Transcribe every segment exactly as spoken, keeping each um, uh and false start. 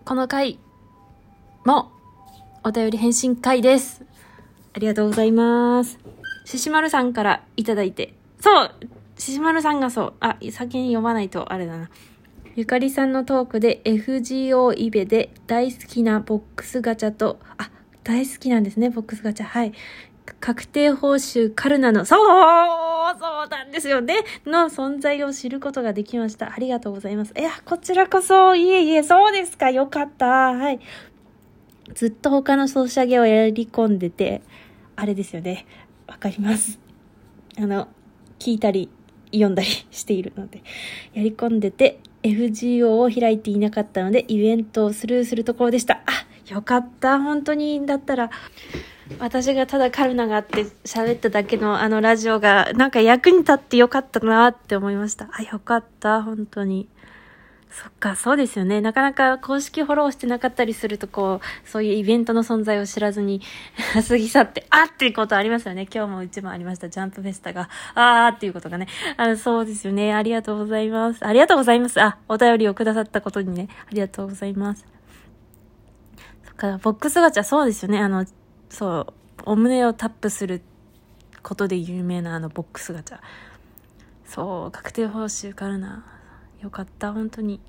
この回もお便り返信会です。ありがとうございます。ししまるさんからいただいて、そうししまるさんがそうあ先に読まないとあれだな。ゆかりさんのトークで エフジーオー イベで大好きなボックスガチャと、あ、大好きなんですね、ボックスガチャ。はい。確定報酬カルナの、そうそうなんですよねの存在を知ることができました。ありがとうございます。いや、こちらこそ、いえいえ、そうですか、よかった。はい。ずっと他のソシャゲをやり込んでて、あれですよね。わかります。あの、聞いたり、読んだりしているので、やり込んでて、エフジーオー を開いていなかったので、イベントをスルーするところでした。あ、よかった。本当に、だったら、私がただカルナがあって喋っただけのあのラジオが、なんか役に立ってよかったなって思いました。あ、よかった。本当に。そっか、そうですよね。なかなか公式フォローしてなかったりすると、こう、そういうイベントの存在を知らずに過ぎ去って、あっていうことありますよね。今日もうちもありました。ジャンプフェスタが、あーっていうことがね。あ、そうですよね。ありがとうございます。ありがとうございます。あ、お便りをくださったことにね、ありがとうございます。そっか、ボックスガチャ、そうですよね。あの、そう、お胸をタップすることで有名なあのボックスガチャ。そう、確定報酬からな。よかった、本当に。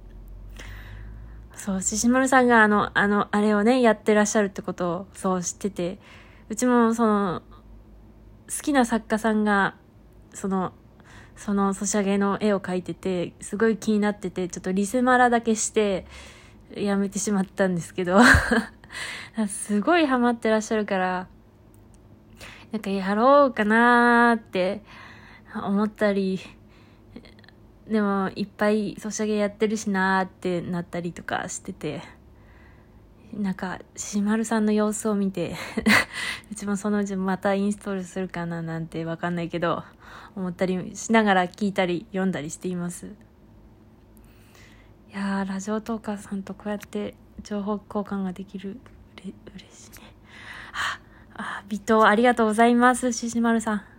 そう、ししまるさんがあの、あの、あれをね、やってらっしゃるってことを、そう知ってて、うちもその、好きな作家さんが、その、そのソシャゲの絵を描いてて、すごい気になってて、ちょっとリセマラだけして、やめてしまったんですけど、すごいハマってらっしゃるから、なんかやろうかなーって思ったり、でもいっぱいソシャゲやってるしなーってなったりとかしてて、なんかしまるさんの様子を見てうちもそのうちまたインストールするかななんてわかんないけど思ったりしながら聞いたり読んだりしています。いやー、ラジオトーカーさんとこうやって情報交換ができる、うれ嬉しいね。ああ、微糖ありがとうございます。ししまるさん。